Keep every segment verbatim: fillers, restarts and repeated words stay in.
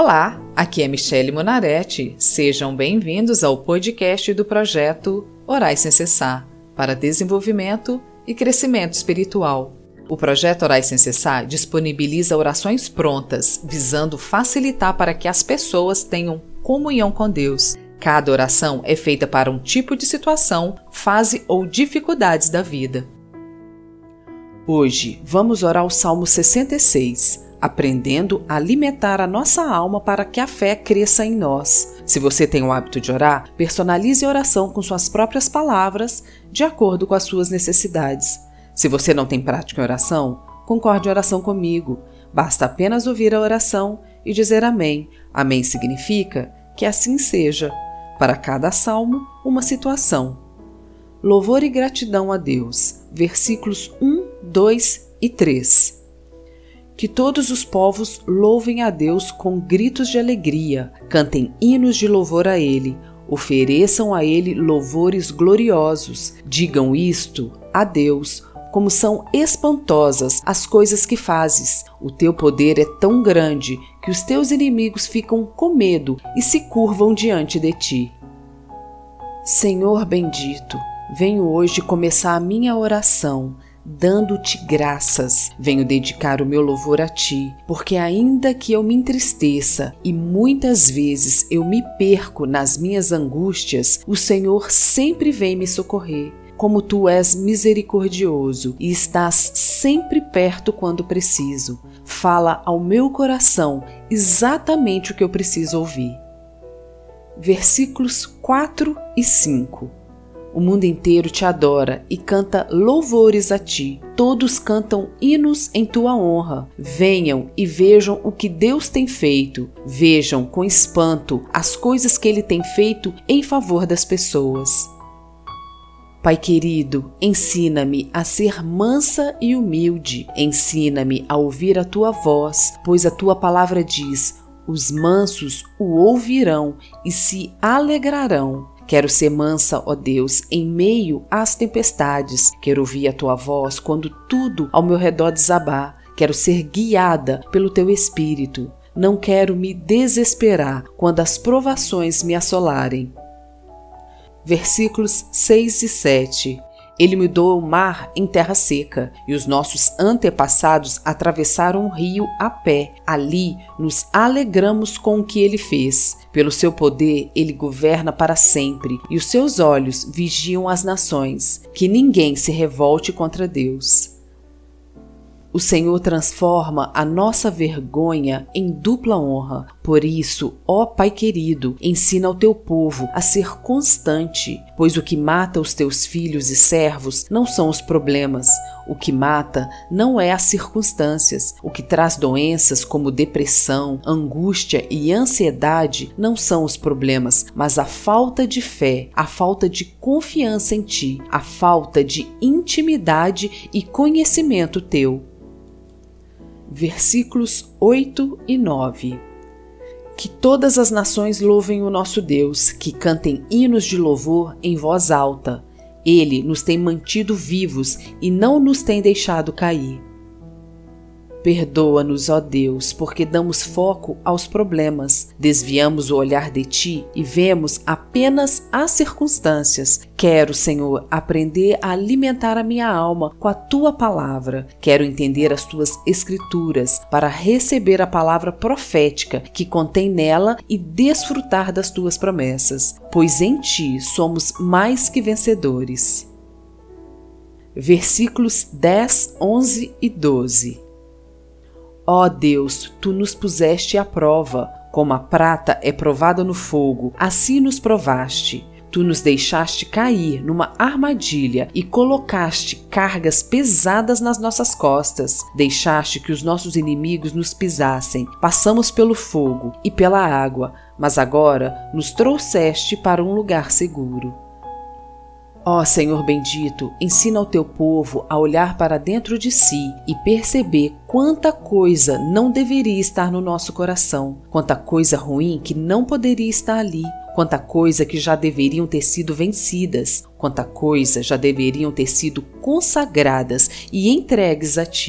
Olá, aqui é Michele Monaretti. Sejam bem-vindos ao podcast do projeto Orai Sem Cessar, para desenvolvimento e crescimento espiritual. O projeto Orai Sem Cessar disponibiliza orações prontas, visando facilitar para que as pessoas tenham comunhão com Deus. Cada oração é feita para um tipo de situação, fase ou dificuldades da vida. Hoje vamos orar o Salmo sessenta e seis, aprendendo a alimentar a nossa alma para que a fé cresça em nós. Se você tem o hábito de orar, personalize a oração com suas próprias palavras, de acordo com as suas necessidades. Se você não tem prática em oração, concorde em oração comigo. Basta apenas ouvir a oração e dizer amém. Amém significa que assim seja. Para cada salmo, uma situação. Louvor e gratidão a Deus. Versículos um, dois e três. Que todos os povos louvem a Deus com gritos de alegria, cantem hinos de louvor a Ele, ofereçam a Ele louvores gloriosos. Digam isto a Deus, como são espantosas as coisas que fazes. O teu poder é tão grande que os teus inimigos ficam com medo e se curvam diante de ti. Senhor bendito, venho hoje começar a minha oração, dando-te graças. Venho dedicar o meu louvor a ti, porque ainda que eu me entristeça e muitas vezes eu me perco nas minhas angústias, o Senhor sempre vem me socorrer. Como tu és misericordioso e estás sempre perto quando preciso. Fala ao meu coração exatamente o que eu preciso ouvir. Versículos quatro e cinco. O mundo inteiro te adora e canta louvores a ti. Todos cantam hinos em tua honra. Venham e vejam o que Deus tem feito. Vejam com espanto as coisas que Ele tem feito em favor das pessoas. Pai querido, ensina-me a ser mansa e humilde. Ensina-me a ouvir a tua voz, pois a tua palavra diz: os mansos o ouvirão e se alegrarão. Quero ser mansa, ó Deus, em meio às tempestades. Quero ouvir a tua voz quando tudo ao meu redor desabar. Quero ser guiada pelo teu Espírito. Não quero me desesperar quando as provações me assolarem. Versículos seis e sete. Ele mudou o mar em terra seca, e os nossos antepassados atravessaram o rio a pé. Ali nos alegramos com o que ele fez. Pelo seu poder, ele governa para sempre, e os seus olhos vigiam as nações. Que ninguém se revolte contra Deus. O Senhor transforma a nossa vergonha em dupla honra. Por isso, ó Pai querido, ensina ao teu povo a ser constante, pois o que mata os teus filhos e servos não são os problemas. O que mata não é as circunstâncias. O que traz doenças como depressão, angústia e ansiedade não são os problemas, mas a falta de fé, a falta de confiança em ti, a falta de intimidade e conhecimento teu. Versículos oito e nove. Que todas as nações louvem o nosso Deus, que cantem hinos de louvor em voz alta. Ele nos tem mantido vivos e não nos tem deixado cair. Perdoa-nos, ó Deus, porque damos foco aos problemas, desviamos o olhar de ti e vemos apenas as circunstâncias. Quero, Senhor, aprender a alimentar a minha alma com a tua palavra. Quero entender as tuas escrituras para receber a palavra profética que contém nela e desfrutar das tuas promessas, pois em ti somos mais que vencedores. Versículos dez, onze e doze. Ó Deus, tu nos puseste à prova, como a prata é provada no fogo, assim nos provaste. Tu nos deixaste cair numa armadilha e colocaste cargas pesadas nas nossas costas. Deixaste que os nossos inimigos nos pisassem. Passamos pelo fogo e pela água, mas agora nos trouxeste para um lugar seguro. Ó Senhor bendito, ensina ao teu povo a olhar para dentro de si e perceber quanta coisa não deveria estar no nosso coração, quanta coisa ruim que não poderia estar ali, quanta coisa que já deveriam ter sido vencidas, quanta coisa já deveriam ter sido consagradas e entregues a ti.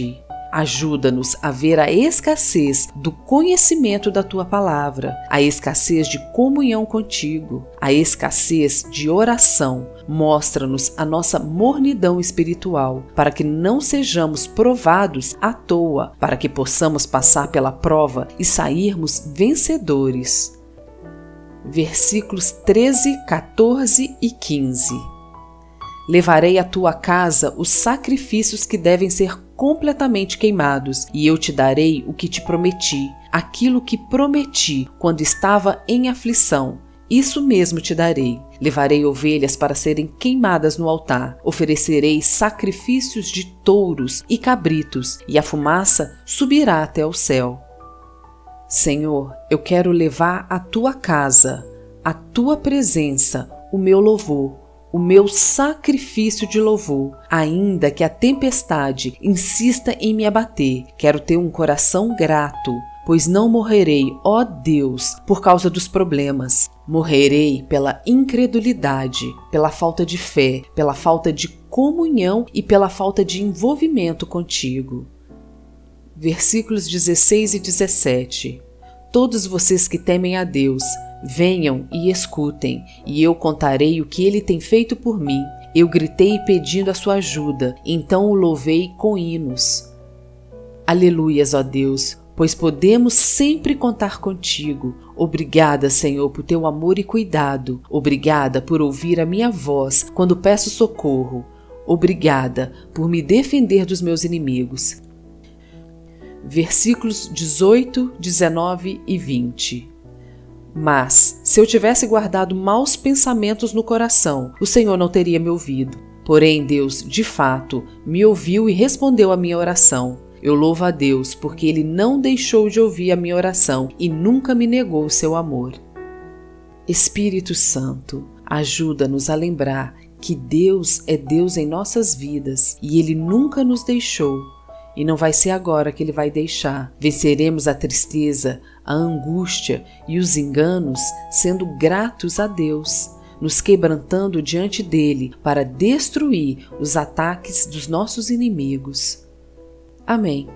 Ajuda-nos a ver a escassez do conhecimento da Tua Palavra, a escassez de comunhão contigo, a escassez de oração. Mostra-nos a nossa mornidão espiritual, para que não sejamos provados à toa, para que possamos passar pela prova e sairmos vencedores. Versículos treze, quatorze e quinze. Levarei à tua casa os sacrifícios que devem ser completamente queimados, e eu te darei o que te prometi, aquilo que prometi quando estava em aflição. Isso mesmo te darei. Levarei ovelhas para serem queimadas no altar. Oferecerei sacrifícios de touros e cabritos, e a fumaça subirá até o céu. Senhor, eu quero levar à tua casa, à tua presença, o meu louvor, o meu sacrifício de louvor, ainda que a tempestade insista em me abater. Quero ter um coração grato, pois não morrerei, ó Deus, por causa dos problemas. Morrerei pela incredulidade, pela falta de fé, pela falta de comunhão e pela falta de envolvimento contigo. Versículos dezesseis e dezessete. Todos vocês que temem a Deus, venham e escutem, e eu contarei o que ele tem feito por mim. Eu gritei pedindo a sua ajuda, então o louvei com hinos. Aleluias, ó Deus, pois podemos sempre contar contigo. Obrigada, Senhor, por teu amor e cuidado. Obrigada por ouvir a minha voz quando peço socorro. Obrigada por me defender dos meus inimigos. Versículos dezoito, dezenove e vinte. Mas, se eu tivesse guardado maus pensamentos no coração, o Senhor não teria me ouvido. Porém, Deus, de fato, me ouviu e respondeu à minha oração. Eu louvo a Deus, porque Ele não deixou de ouvir a minha oração e nunca me negou o seu amor. Espírito Santo, ajuda-nos a lembrar que Deus é Deus em nossas vidas e Ele nunca nos deixou. E não vai ser agora que Ele vai deixar. Venceremos a tristeza, a angústia e os enganos sendo gratos a Deus, nos quebrantando diante dEle para destruir os ataques dos nossos inimigos. Amém.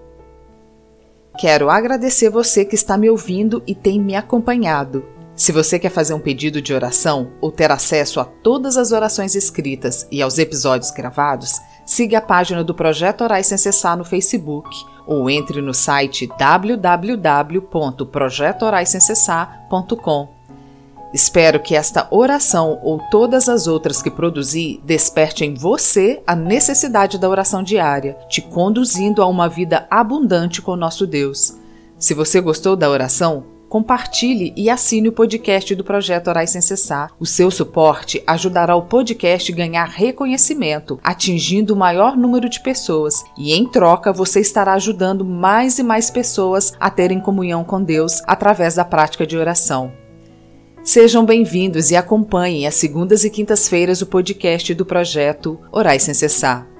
Quero agradecer você que está me ouvindo e tem me acompanhado. Se você quer fazer um pedido de oração ou ter acesso a todas as orações escritas e aos episódios gravados, siga a página do Projeto Orais Sem Cessar no Facebook ou entre no site w w w ponto projeto orais sem cessar ponto com. Espero que esta oração ou todas as outras que produzi desperte em você a necessidade da oração diária, te conduzindo a uma vida abundante com nosso Deus. Se você gostou da oração, compartilhe e assine o podcast do Projeto Orais Sem Cessar. O seu suporte ajudará o podcast a ganhar reconhecimento, atingindo o maior número de pessoas. E em troca, você estará ajudando mais e mais pessoas a terem comunhão com Deus através da prática de oração. Sejam bem-vindos e acompanhem às segundas e quintas-feiras o podcast do Projeto Orais Sem Cessar.